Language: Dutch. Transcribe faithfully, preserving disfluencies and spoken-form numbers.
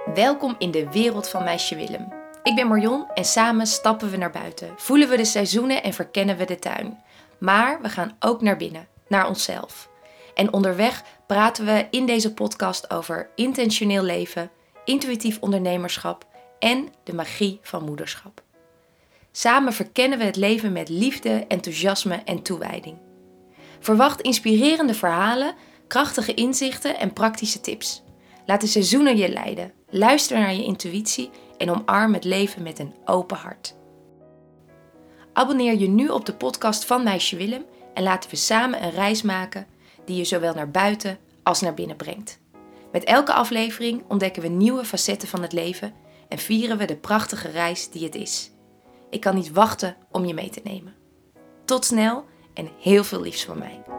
Welkom in de wereld van Meisje Willem. Ik ben Marion en samen stappen we naar buiten, voelen we de seizoenen en verkennen we de tuin. Maar we gaan ook naar binnen, naar onszelf. En onderweg praten we in deze podcast over intentioneel leven, intuïtief ondernemerschap en de magie van moederschap. Samen verkennen we het leven met liefde, enthousiasme en toewijding. Verwacht inspirerende verhalen, krachtige inzichten en praktische tips. Laat de seizoenen je leiden, luister naar je intuïtie en omarm het leven met een open hart. Abonneer je nu op de podcast van Meisje Willem en laten we samen een reis maken die je zowel naar buiten als naar binnen brengt. Met elke aflevering ontdekken we nieuwe facetten van het leven en vieren we de prachtige reis die het is. Ik kan niet wachten om je mee te nemen. Tot snel en heel veel liefs van mij.